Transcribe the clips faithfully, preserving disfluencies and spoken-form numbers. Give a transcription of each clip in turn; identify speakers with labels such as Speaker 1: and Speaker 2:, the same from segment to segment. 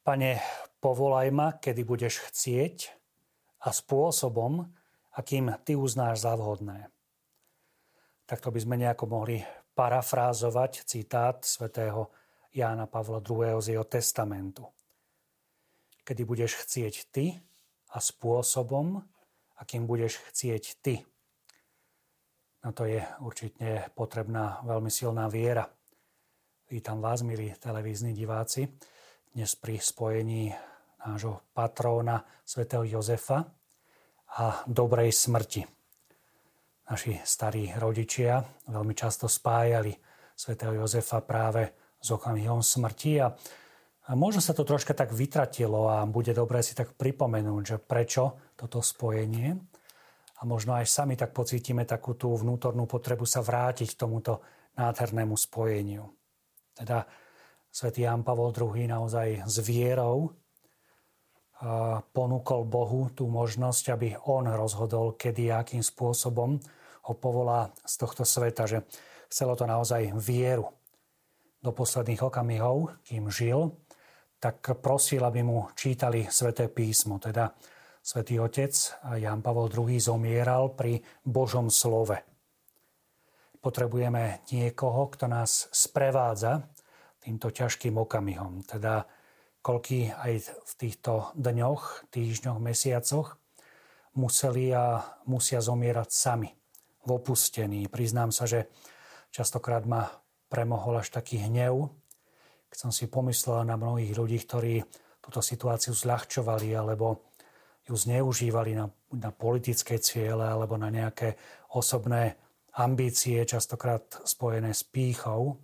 Speaker 1: Pane, povolaj ma, kedy budeš chcieť a spôsobom, akým Ty uznáš za vhodné. Takto by sme nejako mohli parafrázovať citát svätého Jána Pavla druhého. z jeho testamentu. Kedy budeš chcieť Ty a spôsobom, akým budeš chcieť Ty. No to je určite potrebná veľmi silná viera. Vítam vás, milí televízni diváci, dnes pri spojení nášho patróna svätého Jozefa a dobrej smrti. Naši starí rodičia veľmi často spájali svätého Jozefa práve s okamihom smrti a, a možno sa to troška tak vytratilo a bude dobré si tak pripomenúť, že prečo toto spojenie. A možno aj sami tak pocítime takú tú vnútornú potrebu sa vrátiť k tomuto nádhernému spojeniu. Teda svätý Ján Pavol druhý. naozaj s vierou ponúkol Bohu tú možnosť, aby on rozhodol, kedy a akým spôsobom ho povolá z tohto sveta. Že chcelo to naozaj vieru. Do posledných okamihov, kým žil, tak prosil, aby mu čítali Sväté písmo. Teda Svätý Otec Ján Pavol druhý. zomieral pri Božom slove. Potrebujeme niekoho, kto nás sprevádza týmto ťažkým okamihom. Teda koľký aj v týchto dňoch, týždňoch, mesiacoch museli a musia zomierať sami, v opustení. Priznám sa, že častokrát ma premohol až taký hnev, keď som si pomyslel na mnohých ľudí, ktorí túto situáciu zľahčovali alebo ju zneužívali na, na politické ciele alebo na nejaké osobné ambície, častokrát spojené s pýchou,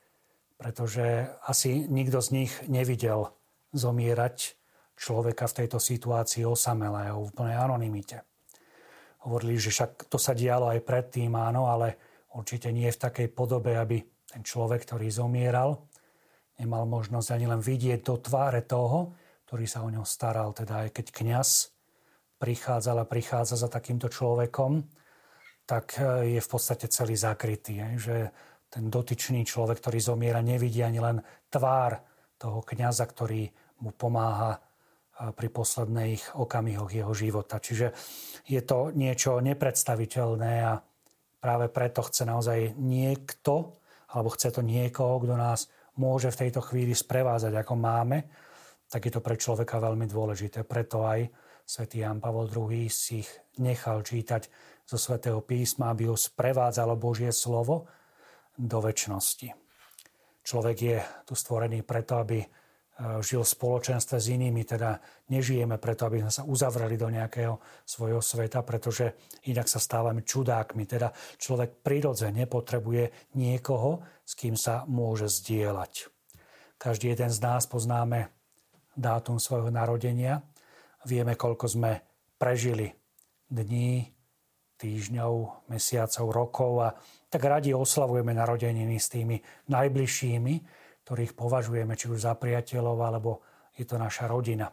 Speaker 1: pretože asi nikto z nich nevidel zomierať človeka v tejto situácii osamelého, v úplnej anonymite. Hovorili, že však to sa dialo aj predtým, áno, ale určite nie v takej podobe, aby ten človek, ktorý zomieral, nemal možnosť ani len vidieť do tváre toho, ktorý sa o ňo staral. Teda aj keď kňaz prichádzal a prichádza za takýmto človekom, tak je v podstate celý zakrytý. Že ten dotyčný človek, ktorý zomiera, nevidí ani len tvár toho kňaza, ktorý mu pomáha pri posledných okamihoch jeho života. Čiže je to niečo nepredstaviteľné a práve preto chce naozaj niekto, alebo chce to niekoho, kto nás môže v tejto chvíli sprevázať, ako máme, tak je to pre človeka veľmi dôležité. Preto aj svätý Ján Pavol druhý. si ich nechal čítať zo Svätého písma, aby ho sprevádzalo Božie slovo do večnosti. Človek je tu stvorený preto, aby žil v spoločenstve s inými, teda nežijeme preto, aby sme sa uzavreli do nejakého svojho sveta, pretože inak sa stávame čudákmi. Teda človek prirodzene potrebuje niekoho, s kým sa môže zdieľať. Každý jeden z nás poznáme dátum svojho narodenia. Vieme, koľko sme prežili dní, týždňov, mesiacov, rokov a tak radi oslavujeme narodeniny s tými najbližšími, ktorých považujeme či už za priateľov, alebo je to naša rodina.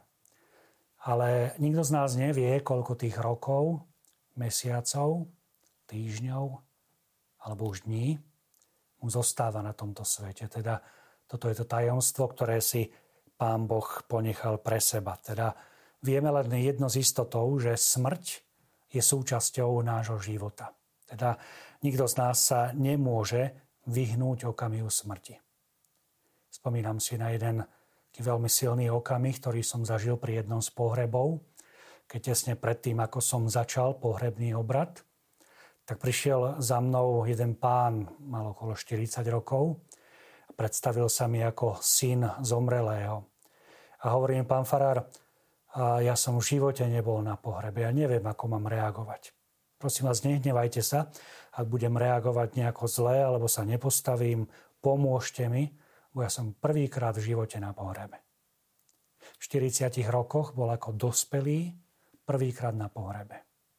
Speaker 1: Ale nikto z nás nevie, koľko tých rokov, mesiacov, týždňov alebo už dní mu zostáva na tomto svete. Teda toto je to tajomstvo, ktoré si Pán Boh ponechal pre seba. Teda vieme len jedno z istotou, že smrť je súčasťou nášho života. Teda nikto z nás sa nemôže vyhnúť okamihu smrti. Spomínam si na jeden taký veľmi silný okamih, ktorý som zažil pri jednom z pohrebov, keď tesne predtým, ako som začal pohrebný obrad, tak prišiel za mnou jeden pán, mal okolo štyridsať rokov, a predstavil sa mi ako syn zomrelého. A hovorí mi: pán farár, a ja som v živote nebol na pohrebe, ja neviem, ako mám reagovať. Prosím vás, nehnevajte sa, ak budem reagovať nejako zle, alebo sa nepostavím, pomôžte mi, bo ja som prvýkrát v živote na pohrebe. V štyridsiatich rokoch bol ako dospelý prvýkrát na pohrebe.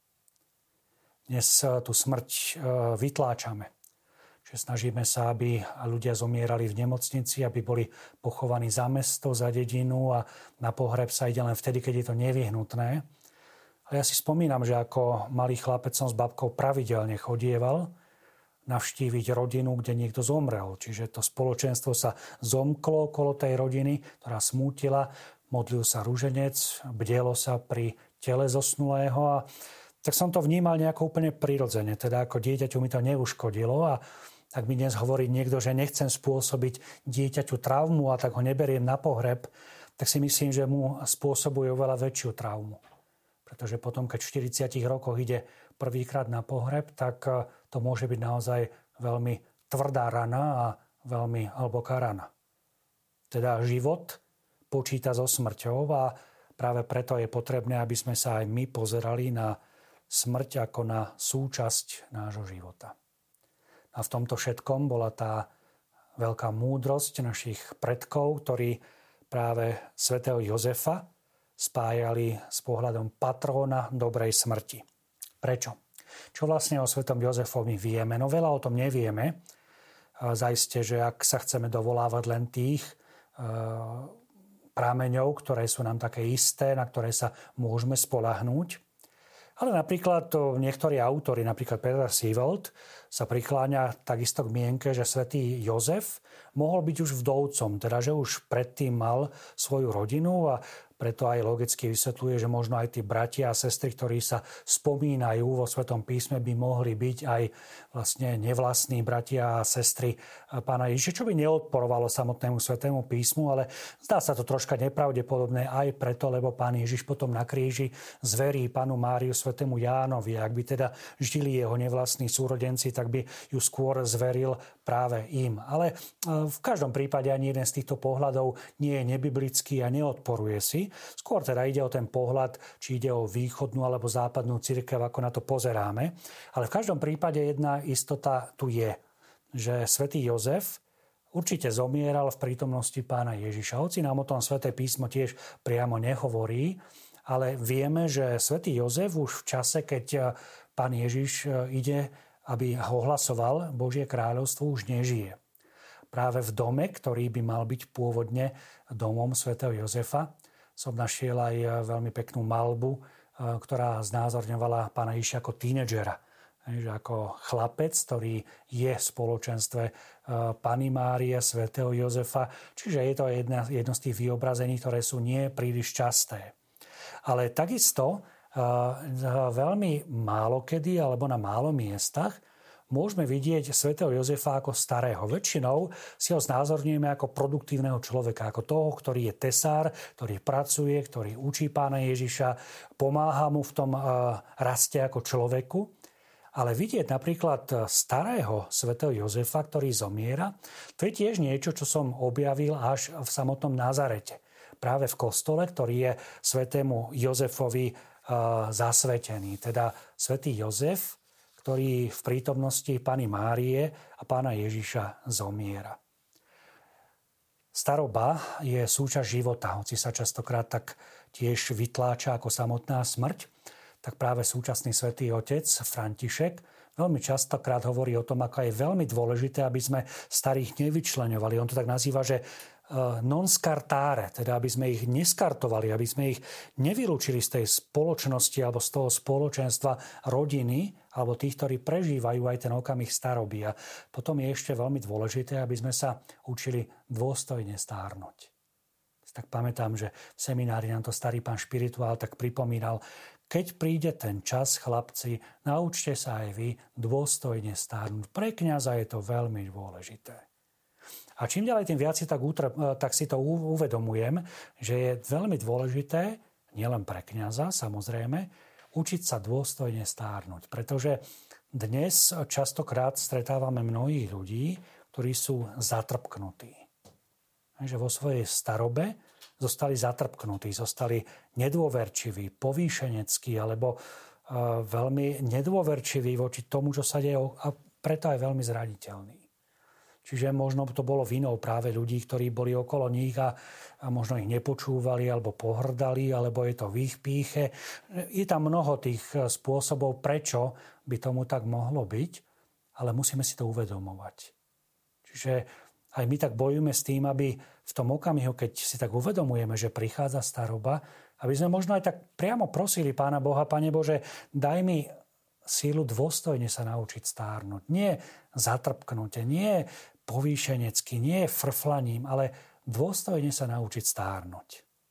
Speaker 1: Dnes tú smrť vytláčame. Že snažíme sa, aby ľudia zomierali v nemocnici, aby boli pochovaní za mesto, za dedinu a na pohreb sa ide len vtedy, keď je to nevyhnutné. Ale ja si spomínam, že ako malý chlapec som s babkou pravidelne chodieval navštíviť rodinu, kde niekto zomrel. Čiže to spoločenstvo sa zomklo okolo tej rodiny, ktorá smútila. modlil sa ruženec, bdielo sa pri tele zosnulého a tak som to vnímal nejako úplne prirodzene. Teda ako dieťaťu mi to neuškodilo a ak mi dnes hovorí niekto, že nechcem spôsobiť dieťaťu traumu a tak ho neberiem na pohreb, tak si myslím, že mu spôsobuje oveľa väčšiu traumu. Pretože potom, keď v štyridsiatich rokoch ide prvýkrát na pohreb, tak to môže byť naozaj veľmi tvrdá rana a veľmi hlboká rana. Teda život počíta so smrťou a práve preto je potrebné, aby sme sa aj my pozerali na smrť ako na súčasť nášho života. A v tomto všetkom bola tá veľká múdrosť našich predkov, ktorí práve svätého Jozefa spájali s pohľadom patróna dobrej smrti. Prečo? Čo vlastne o svätom Jozefovi vieme? No veľa o tom nevieme. Zaiste, že ak sa chceme dovolávať len tých e, prameňov, ktoré sú nám také isté, na ktoré sa môžeme spoľahnúť. Ale napríklad to niektorí autori, napríklad Peter Seevold, sa prikláňa takisto k mienke, že svätý Jozef mohol byť už vdovcom, teda že už predtým mal svoju rodinu a preto aj logicky vysvetľuje, že možno aj tí bratia a sestry, ktorí sa spomínajú vo Svätom písme, by mohli byť aj vlastne nevlastní bratia a sestry pána Ježiša, čo by neodporovalo samotnému Svätému písmu, ale zdá sa to troška nepravdepodobné aj preto, lebo pán Ježiš potom na kríži zverí panu Máriu Svätému Jánovi. Ak by teda žili jeho nevlastní súrodenci, tak by ju skôr zveril práve im. Ale v každom prípade ani jeden z týchto pohľadov nie je nebiblický a neodporuje si. Skôr teda ide o ten pohľad, či ide o východnú alebo západnú cirkev, ako na to pozeráme. Ale v každom prípade jedna istota tu je, že svätý Jozef určite zomieral v prítomnosti pána Ježiša. Hoci nám o tom Sväté písmo tiež priamo nehovorí, ale vieme, že svätý Jozef už v čase, keď pán Ježiš ide, aby ohlasoval Božie kráľovstvo, už nežije. Práve v dome, ktorý by mal byť pôvodne domom svätého Jozefa, som našiel aj veľmi peknú maľbu, ktorá znázorňovala pána Ježiša ako tínedžera. Že ako chlapec, ktorý je v spoločenstve Panny Márie, svätého Jozefa. Čiže je to jedna, jedno z tých vyobrazení, ktoré sú nie príliš časté. Ale takisto veľmi málo kedy alebo na málo miestach môžeme vidieť svätého Jozefa ako starého. Väčšinou si ho znázorňujeme ako produktívneho človeka, ako toho, ktorý je tesár, ktorý pracuje, ktorý učí pána Ježiša, pomáha mu v tom raste ako človeku. Ale vidieť napríklad starého svätého Jozefa, ktorý zomiera, to je tiež niečo, čo som objavil až v samotnom Nazarete. Práve v kostole, ktorý je svätému Jozefovi zasvetený. Teda svätý Jozef, ktorý v prítomnosti Panny Márie a pána Ježiša zomiera. Staroba je súčasť života, hoci sa častokrát tak tiež vytláča ako samotná smrť, tak práve súčasný svätý otec František veľmi častokrát hovorí o tom, ako je veľmi dôležité, aby sme starých nevyčleňovali. On to tak nazýva, že non scartare, teda aby sme ich neskartovali, aby sme ich nevylúčili z tej spoločnosti alebo z toho spoločenstva rodiny alebo tých, ktorí prežívajú aj ten okamih staroby. A potom je ešte veľmi dôležité, aby sme sa učili dôstojne stárnuť. Tak pamätám, že v seminári nám to starý pán špirituál tak pripomínal, keď príde ten čas, chlapci, naučte sa aj vy dôstojne stárnuť. Pre kňaza je to veľmi dôležité. A čím ďalej, tým viac si tak, útre, tak si to uvedomujem, že je veľmi dôležité, nielen pre kňaza samozrejme, učiť sa dôstojne stárnuť. Pretože dnes častokrát stretávame mnohých ľudí, ktorí sú zatrpknutí. Že vo svojej starobe zostali zatrpknutí, zostali nedôverčiví, povýšeneckí alebo uh, veľmi nedôverčiví voči tomu, čo sa deje, a preto aj veľmi zraniteľní. Čiže možno to bolo vinou práve ľudí, ktorí boli okolo nich a, a možno ich nepočúvali alebo pohrdali, alebo je to v ich pýche. Je tam mnoho tých spôsobov, prečo by tomu tak mohlo byť, ale musíme si to uvedomovať. Čiže aj my tak bojujeme s tým, aby v tom okamihu, keď si tak uvedomujeme, že prichádza staroba, aby sme možno aj tak priamo prosili Pána Boha, Pane Bože, daj mi sílu dôstojne sa naučiť stárnuť. Nie zatrpknutie, nie povýšenecky, nie frflaním, ale dôstojne sa naučiť stárnuť.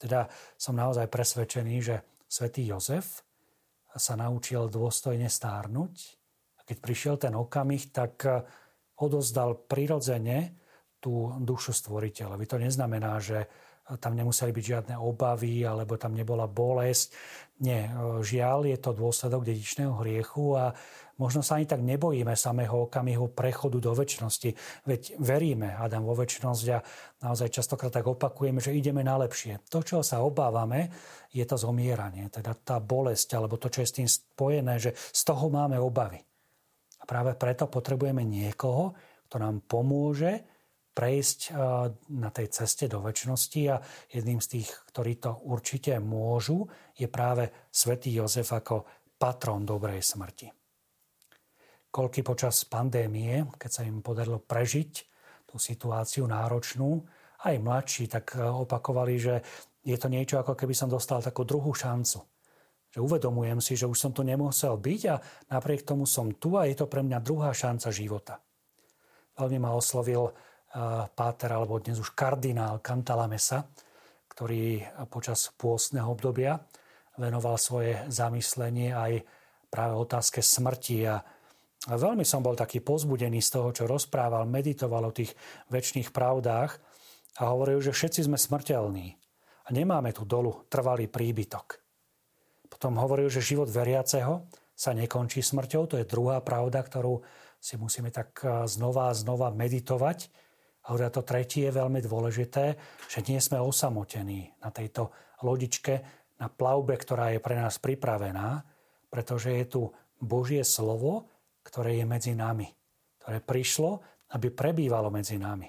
Speaker 1: Teda som naozaj presvedčený, že svätý Jozef sa naučil dôstojne stárnuť. A keď prišiel ten okamih, tak odozdal prirodzene tú dušu stvoriteľovi. To neznamená, že tam nemuseli byť žiadne obavy, alebo tam nebola bolesť. Nie, žiaľ, je to dôsledok dedičného hriechu a možno sa ani tak nebojíme samého okamihu prechodu do večnosti. Veď veríme, Adam, vo večnosť a naozaj častokrát tak opakujeme, že ideme na lepšie. To, čo sa obávame, je to zomieranie, teda tá bolesť, alebo to, čo je s tým spojené, že z toho máme obavy. A práve preto potrebujeme niekoho, kto nám pomôže prejsť na tej ceste do večnosti a jedným z tých, ktorí to určite môžu, je práve svätý Jozef ako patron dobrej smrti. Koľky počas pandémie, keď sa im podarilo prežiť tú situáciu náročnú, aj mladší tak opakovali, že je to niečo, ako keby som dostal takú druhú šancu. Že uvedomujem si, že už som tu nemusel byť a napriek tomu som tu a je to pre mňa druhá šanca života. Veľmi ma oslovil páter, alebo dnes už kardinál Cantalamessa, ktorý počas pôstneho obdobia venoval svoje zamyslenie aj práve otázke smrti. A veľmi som bol taký povzbudený z toho, čo rozprával, meditoval o tých večných pravdách a hovoril, že všetci sme smrteľní a nemáme tu dolu trvalý príbytok. Potom hovoril, že život veriaceho sa nekončí smrťou, to je druhá pravda, ktorú si musíme tak znova a znova meditovať. A to tretie je veľmi dôležité, že nie sme osamotení na tejto lodičke, na plavbe, ktorá je pre nás pripravená, pretože je tu Božie slovo, ktoré je medzi nami, ktoré prišlo, aby prebývalo medzi nami.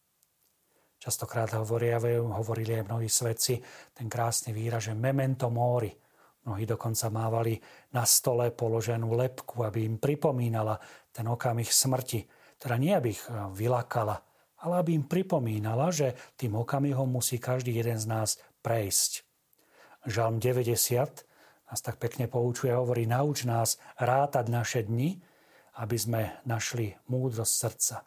Speaker 1: Častokrát hovoria, hovorili aj mnohí svedci ten krásny výraz, že memento mori. Mnohí dokonca mávali na stole položenú lebku, aby im pripomínala ten okamih smrti. Teda nie, aby ich vylákala, ale aby im pripomínala, že tým okamihom musí každý jeden z nás prejsť. Žalm deväťdesiat nás tak pekne poučuje, hovorí, nauč nás rátať naše dni, aby sme našli múdrosť srdca.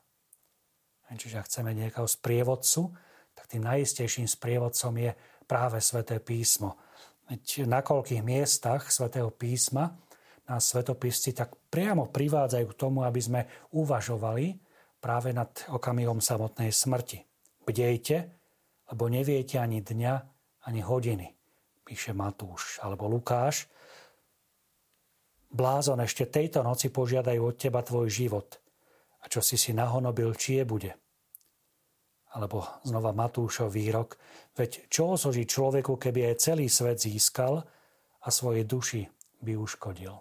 Speaker 1: Čiže ak chceme nejakého sprievodcu, tak tým najistejším sprievodcom je práve Sväté písmo. Veď na koľkých miestach Svätého písma nás svetopisci tak priamo privádzajú k tomu, aby sme uvažovali práve nad okamihom samotnej smrti. Bdejte, lebo neviete ani dňa, ani hodiny, píše Matúš alebo Lukáš. Blázon, ešte tejto noci požiadajú od teba tvoj život. A čo si si nahonobil, či je bude. Alebo znova Matúšov výrok, veď čo osoží človeku, keby aj celý svet získal a svoje duši by uškodil.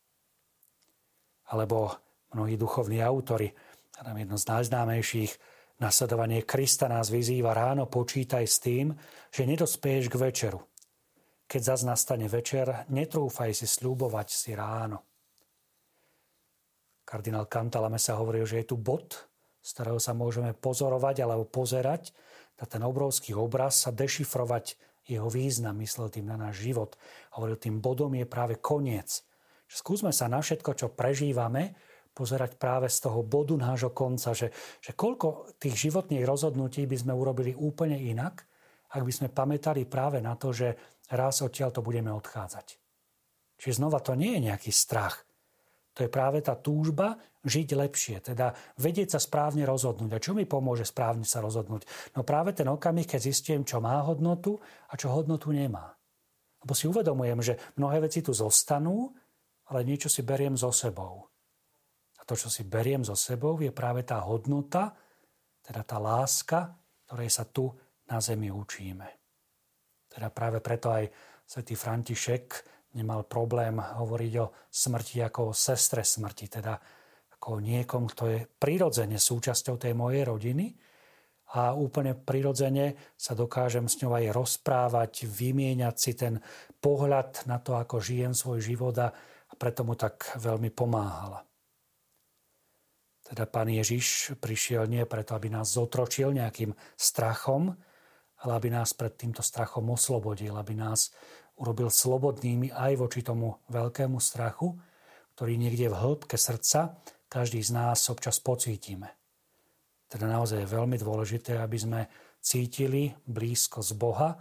Speaker 1: Alebo mnohí duchovní autori, tam jedno z najznámejších, nasledovanie Krista nás vyzýva, ráno počítaj s tým, že nedospeješ k večeru. Keď zas nastane večer, netrúfaj si sľubovať si ráno. Kardinál Cantalamessa hovoril, že je tu bod, z ktorého sa môžeme pozorovať alebo pozerať na ten obrovský obraz a dešifrovať jeho význam, myslel tým na náš život. Hovoril, tým bodom je práve koniec. Skúsme sa na všetko, čo prežívame, pozerať práve z toho bodu nášho konca, že, že koľko tých životných rozhodnutí by sme urobili úplne inak, ak by sme pamätali práve na to, že raz odtiaľ to budeme odchádzať. Čiže znova to nie je nejaký strach. To je práve tá túžba žiť lepšie, teda vedieť sa správne rozhodnúť. A čo mi pomôže správne sa rozhodnúť? No práve ten okamih, keď zistím, čo má hodnotu a čo hodnotu nemá. Lebo si uvedomujem, že mnohé veci tu zostanú, ale niečo si beriem so sebou. A to, čo si beriem so sebou, je práve tá hodnota, teda tá láska, ktorej sa tu na zemi učíme. Teda práve preto aj svätý František nemal problém hovoriť o smrti ako o sestre smrti, teda ako o niekom, kto je prirodzene súčasťou tej mojej rodiny a úplne prirodzene sa dokážem s ňou aj rozprávať, vymieňať si ten pohľad na to, ako žijem svoj život a preto mu tak veľmi pomáhala. Teda Pán Ježiš prišiel nie preto, aby nás zotročil nejakým strachom, ale aby nás pred týmto strachom oslobodil, aby nás urobil slobodnými aj voči tomu veľkému strachu, ktorý niekde v hĺbke srdca každý z nás občas pocítime. Teda naozaj je veľmi dôležité, aby sme cítili blízkosť Boha,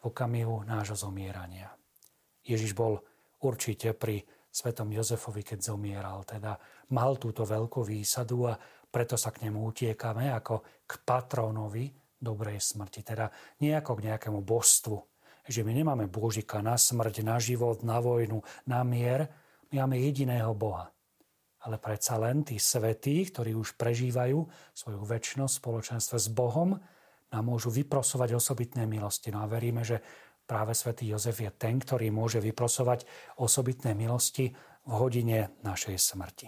Speaker 1: v okamihu nášho zomierania. Ježiš bol určite pri svetom Jozefovi, keď zomieral. Teda mal túto veľkú výsadu a preto sa k nemu utiekame ako k patrónovi dobrej smrti. Teda nie ako k nejakému božstvu. Že my nemáme Božika na smrť, na život, na vojnu, na mier. My máme jediného Boha. Ale predsa len tí svätí, ktorí už prežívajú svoju večnosť v spoločenstve s Bohom, nám môžu vyprosovať osobitné milosti. No a veríme, že práve svätý Jozef je ten, ktorý môže vyprosovať osobitné milosti v hodine našej smrti.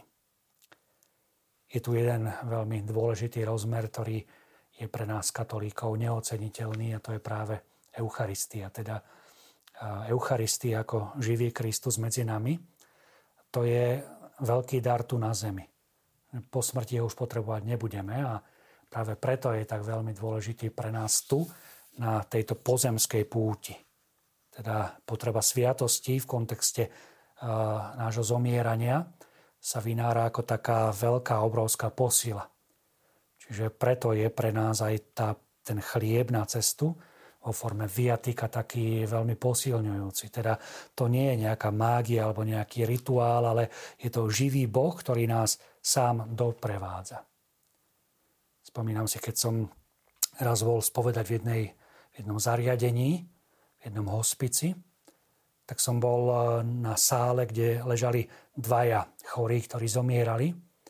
Speaker 1: Je tu jeden veľmi dôležitý rozmer, ktorý je pre nás katolíkov neoceniteľný, a to je práve Eucharistia. Teda Eucharistia ako živý Kristus medzi nami. To je veľký dar tu na zemi. Po smrti ho už potrebovať nebudeme a práve preto je tak veľmi dôležitý pre nás tu, na tejto pozemskej púti. Teda potreba sviatosti v kontexte uh, nášho zomierania sa vynára ako taká veľká, obrovská posila. Čiže preto je pre nás aj tá, ten chlieb na cestu vo forme viatika taký veľmi posilňujúci. Teda to nie je nejaká mágia alebo nejaký rituál, ale je to živý Boh, ktorý nás sám doprevádza. Spomínam si, keď som raz bol spovedať v, jednej, v jednom zariadení, v jednom hospici, tak som bol na sále, kde ležali dvaja chorí, ktorí zomierali.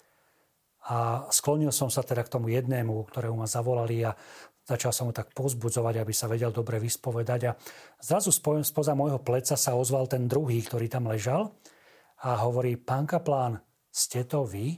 Speaker 1: A sklonil som sa teda k tomu jednému, ktorému ma zavolali, a začal som ho tak povzbudzovať, aby sa vedel dobre vyspovedať. A zrazu spoza môjho pleca sa ozval ten druhý, ktorý tam ležal, a hovorí: pán kaplán, ste to vy?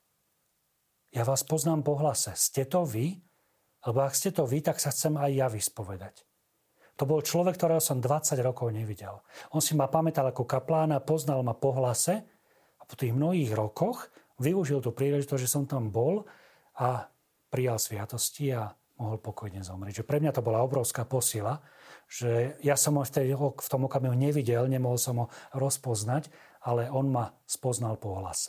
Speaker 1: Ja vás poznám po hlase. Ste to vy? Lebo ak ste to vy, tak sa chcem aj ja vyspovedať. To bol človek, ktorého som dvadsať rokov nevidel. On si ma pamätal ako kaplána, poznal ma po hlase a po tých mnohých rokoch využil tú príležitosť, že som tam bol a prijal sviatosti a mohol pokojne zomrieť. Že pre mňa to bola obrovská posila, že ja som ho v, tej, v tom okamihu nevidel, nemohol som ho rozpoznať, ale on ma spoznal po hlase.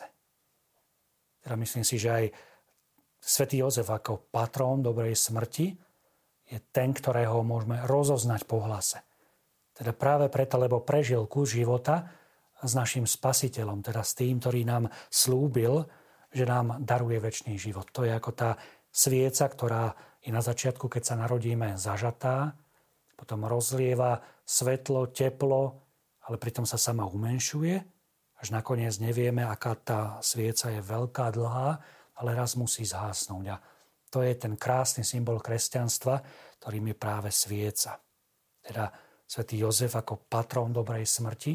Speaker 1: Teda myslím si, že aj svätý Jozef ako patrón dobrej smrti je ten, ktorého môžeme rozoznať po hlase. Teda práve preto, lebo prežil kus života s našim spasiteľom, teda s tým, ktorý nám slúbil, že nám daruje večný život. To je ako tá svieca, ktorá je na začiatku, keď sa narodíme, zažatá, potom rozlieva svetlo, teplo, ale pritom sa sama umenšuje, až nakoniec nevieme, aká tá svieca je veľká, dlhá, ale raz musí zhasnúť. A to je ten krásny symbol kresťanstva, ktorým je práve svieca. Teda svätý Jozef ako patrón dobrej smrti.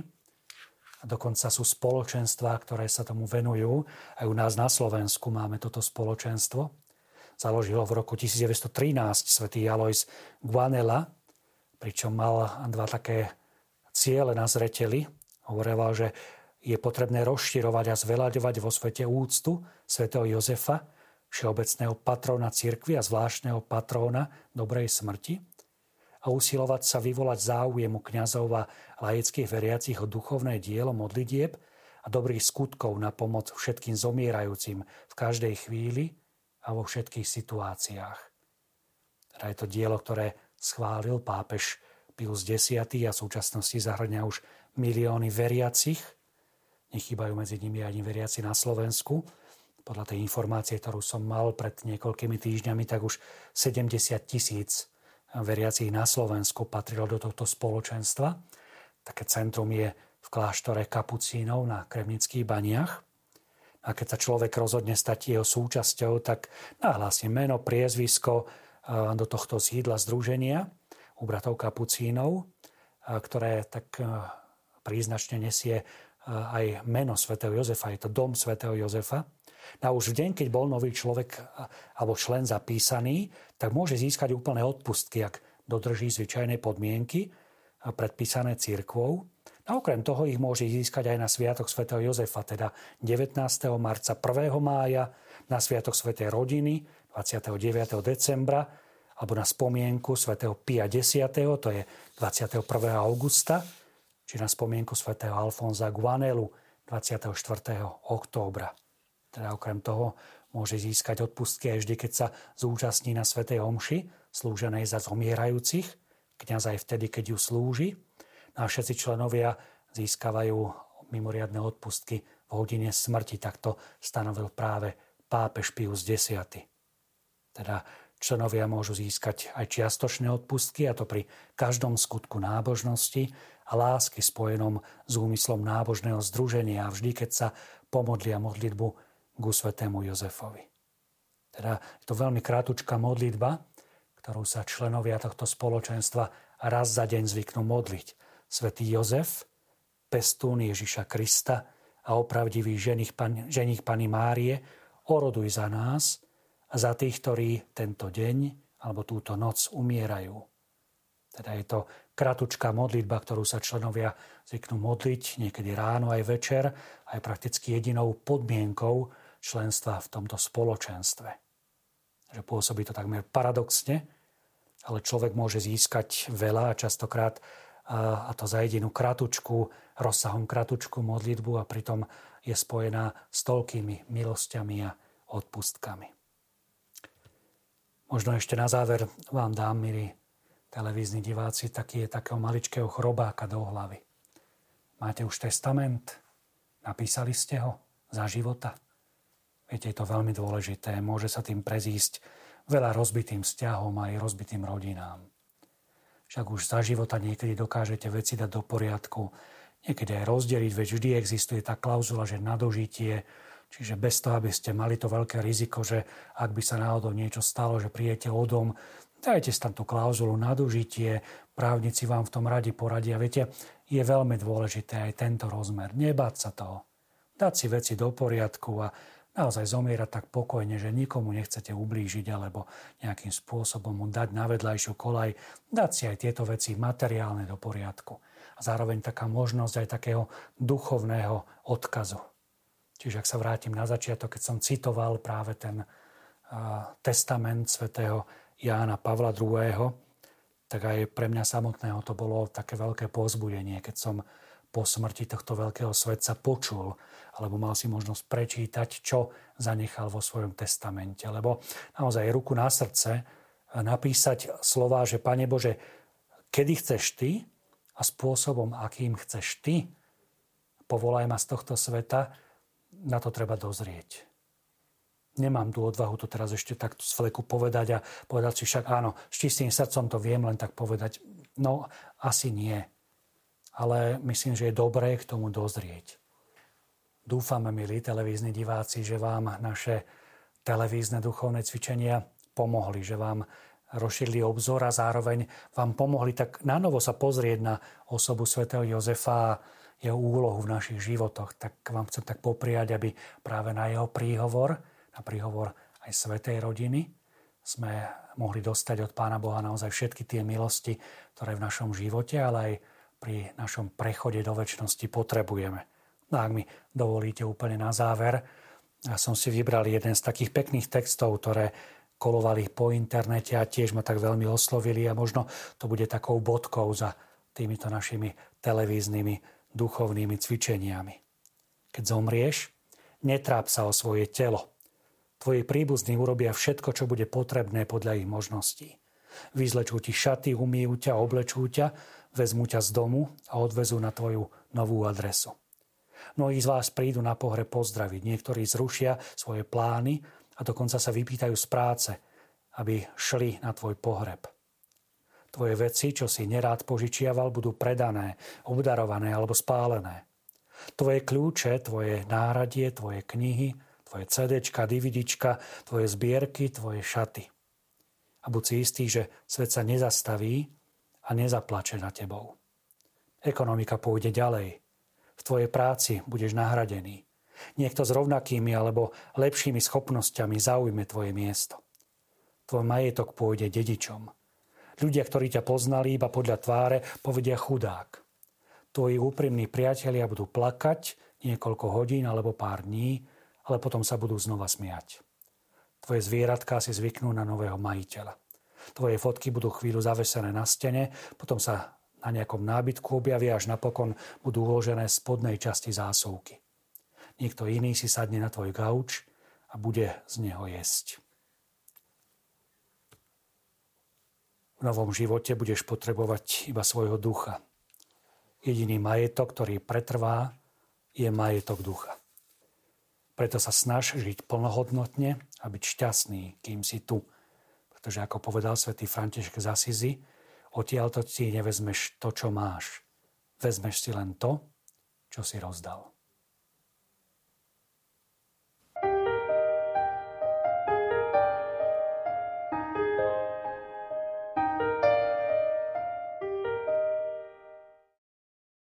Speaker 1: A dokonca sú spoločenstvá, ktoré sa tomu venujú. Aj u nás na Slovensku máme toto spoločenstvo. Založilo v roku devätnásť trinásť svätý Alojz Guanella, pričom mal dva také ciele na zreteli. Hovoril, že je potrebné rozširovať a zveľaďovať vo svete úctu svätého Jozefa, všeobecného patróna cirkvi a zvláštneho patróna dobrej smrti, a usilovať sa vyvolať záujem u kňazov a laických veriacich o duchovné dielo modlitieb a dobrých skutkov na pomoc všetkým zomierajúcim v každej chvíli a vo všetkých situáciách. Teda je to dielo, ktoré schválil pápež Pius X a v súčasnosti zahŕňa už milióny veriacich. Nechýbajú medzi nimi ani veriaci na Slovensku. Podľa tej informácie, ktorú som mal pred niekoľkými týždňami, tak už sedemdesiat tisíc veriacich na Slovensku patrilo do tohto spoločenstva. Také centrum je v kláštore kapucínov na Kremnických Baniach. A keď sa človek rozhodne stať jeho súčasťou, tak nahlási meno, priezvisko do tohto sídla združenia u bratov kapucínov, ktoré tak príznačne nesie aj meno svätého Jozefa. Je to dom svätého Jozefa. A už v deň, keď bol nový človek alebo člen zapísaný, tak môže získať úplné odpustky, ak dodrží zvyčajné podmienky predpísané cirkvou. A okrem toho ich môže získať aj na sviatok svätého Jozefa, teda devätnásteho marca, prvého mája, na sviatok svätej rodiny, dvadsiateho deviateho decembra, alebo na spomienku svätého Pia desiateho, to je dvadsiateho prvého augusta, či na spomienku svätého Alfonza Guanelu, dvadsiateho štvrtého októbra. Teda okrem toho môže získať odpustky aj vždy, keď sa zúčastní na svätej omši, slúženej za zomierajúcich, kňaz aj vtedy, keď ju slúži. No a všetci členovia získavajú mimoriadne odpustky v hodine smrti. Takto stanovil práve pápež Pius X. Teda členovia môžu získať aj čiastočné odpustky, a to pri každom skutku nábožnosti a lásky spojenom s úmyslom nábožného združenia a vždy, keď sa pomodlia modlitbu ku svätému Jozefovi. Teda je to veľmi krátučká modlitba, ktorú sa členovia tohto spoločenstva raz za deň zvyknú modliť. Svätý Jozef, pestún Ježiša Krista a opravdivý ženich, pan, ženich Panny Márie, oroduj za nás a za tých, ktorí tento deň alebo túto noc umierajú. Teda je to kratučká modlitba, ktorú sa členovia zvyknú modliť niekedy ráno aj večer, aj prakticky jedinou podmienkou členstva v tomto spoločenstve. Že pôsobí to takmer paradoxne, ale človek môže získať veľa a častokrát a to za jedinú kratučku, rozsahom kratučku modlitbu a pritom je spojená s toľkými milosťami a odpustkami. Možno ešte na záver vám dám, milí televízni diváci, taký, takého maličkého chrobáka do hlavy. Máte už testament? Napísali ste ho za života? Viete, je to veľmi dôležité. Môže sa tým prezísť veľa rozbitým vzťahom aj rozbitým rodinám. Však už za života niekedy dokážete veci dať do poriadku, niekedy aj rozdeliť, veď vždy existuje tá klauzula, že nadožitie, čiže bez toho, aby ste mali to veľké riziko, že ak by sa náhodou niečo stalo, že príjete o dom, dajte si tam tú klauzulu nadožitie, právnici vám v tom radi poradia. Viete, je veľmi dôležité aj tento rozmer. Nebáť sa toho. Dať si veci do poriadku a naozaj zomierať tak pokojne, že nikomu nechcete ublížiť alebo nejakým spôsobom mu dať na vedľajšiu koľaj, dať si aj tieto veci materiálne do poriadku. A zároveň taká možnosť aj takého duchovného odkazu. Čiže ak sa vrátim na začiatok, keď som citoval práve ten uh, testament svätého Jána Pavla druhého., tak aj pre mňa samotného to bolo také veľké povzbudenie, keď som po smrti tohto veľkého svetca počul, alebo mal si možnosť prečítať, čo zanechal vo svojom testamente. Lebo naozaj ruku na srdce napísať slová, že Pane Bože, kedy chceš Ty a spôsobom, akým chceš Ty, povolaj ma z tohto sveta, na to treba dozrieť. Nemám tú odvahu to teraz ešte takto z fleku povedať a povedať si však áno, s čistým srdcom to viem len tak povedať. No, asi nie. Ale myslím, že je dobré k tomu dozrieť. Dúfame, milí televízni diváci, že vám naše televízne duchovné cvičenia pomohli, že vám rozšírili obzor a zároveň vám pomohli tak nanovo sa pozrieť na osobu svätého Jozefa a jeho úlohu v našich životoch. Tak vám chcem tak popriať, aby práve na jeho príhovor, na príhovor aj svätej rodiny, sme mohli dostať od Pána Boha naozaj všetky tie milosti, ktoré v našom živote, ale aj pri našom prechode do večnosti potrebujeme. No ak mi dovolíte úplne na záver, ja som si vybral jeden z takých pekných textov, ktoré kolovali po internete a tiež ma tak veľmi oslovili a možno to bude takou bodkou za týmito našimi televíznymi duchovnými cvičeniami. Keď zomrieš, netráp sa o svoje telo. Tvoji príbuzní urobia všetko, čo bude potrebné podľa ich možností. Vyzlečú ti šaty, umýjú ťa, oblečú ťa, vezmú ťa z domu a odvezú na tvoju novú adresu. Mnohí z vás prídu na pohreb pozdraviť, niektorí zrušia svoje plány a dokonca sa vypýtajú z práce, aby šli na tvoj pohreb. Tvoje veci, čo si nerád požičiaval, budú predané, obdarované alebo spálené. Tvoje kľúče, tvoje náradie, tvoje knihy, tvoje cédéčka, DVDčka, tvoje zbierky, tvoje šaty. A buď si istý, že svet sa nezastaví a nezaplače na tebou. Ekonomika pôjde ďalej. V tvojej práci budeš nahradený. Niekto s rovnakými alebo lepšími schopnosťami zaujme tvoje miesto. Tvoj majetok pôjde dedičom. Ľudia, ktorí ťa poznali iba podľa tváre, povedia chudák. Tvoji úprimní priatelia budú plakať niekoľko hodín alebo pár dní, ale potom sa budú znova smiať. Tvoje zvieratká si zvyknú na nového majiteľa. Tvoje fotky budú chvíľu zavesené na stene, potom sa na nejakom nábytku objavia, až napokon budú uložené v spodnej časti zásuvky. Niekto iný si sadne na tvoj gauč a bude z neho jesť. v novom živote budeš potrebovať iba svojho ducha. Jediný majetok, ktorý pretrvá, je majetok ducha. Preto sa snaž žiť plnohodnotne a byť šťastný, kým si tu. Pretože ako povedal svätý František z Asizi, odtiaľto si nevezmeš to, čo máš. Vezmeš si len to, čo si rozdal.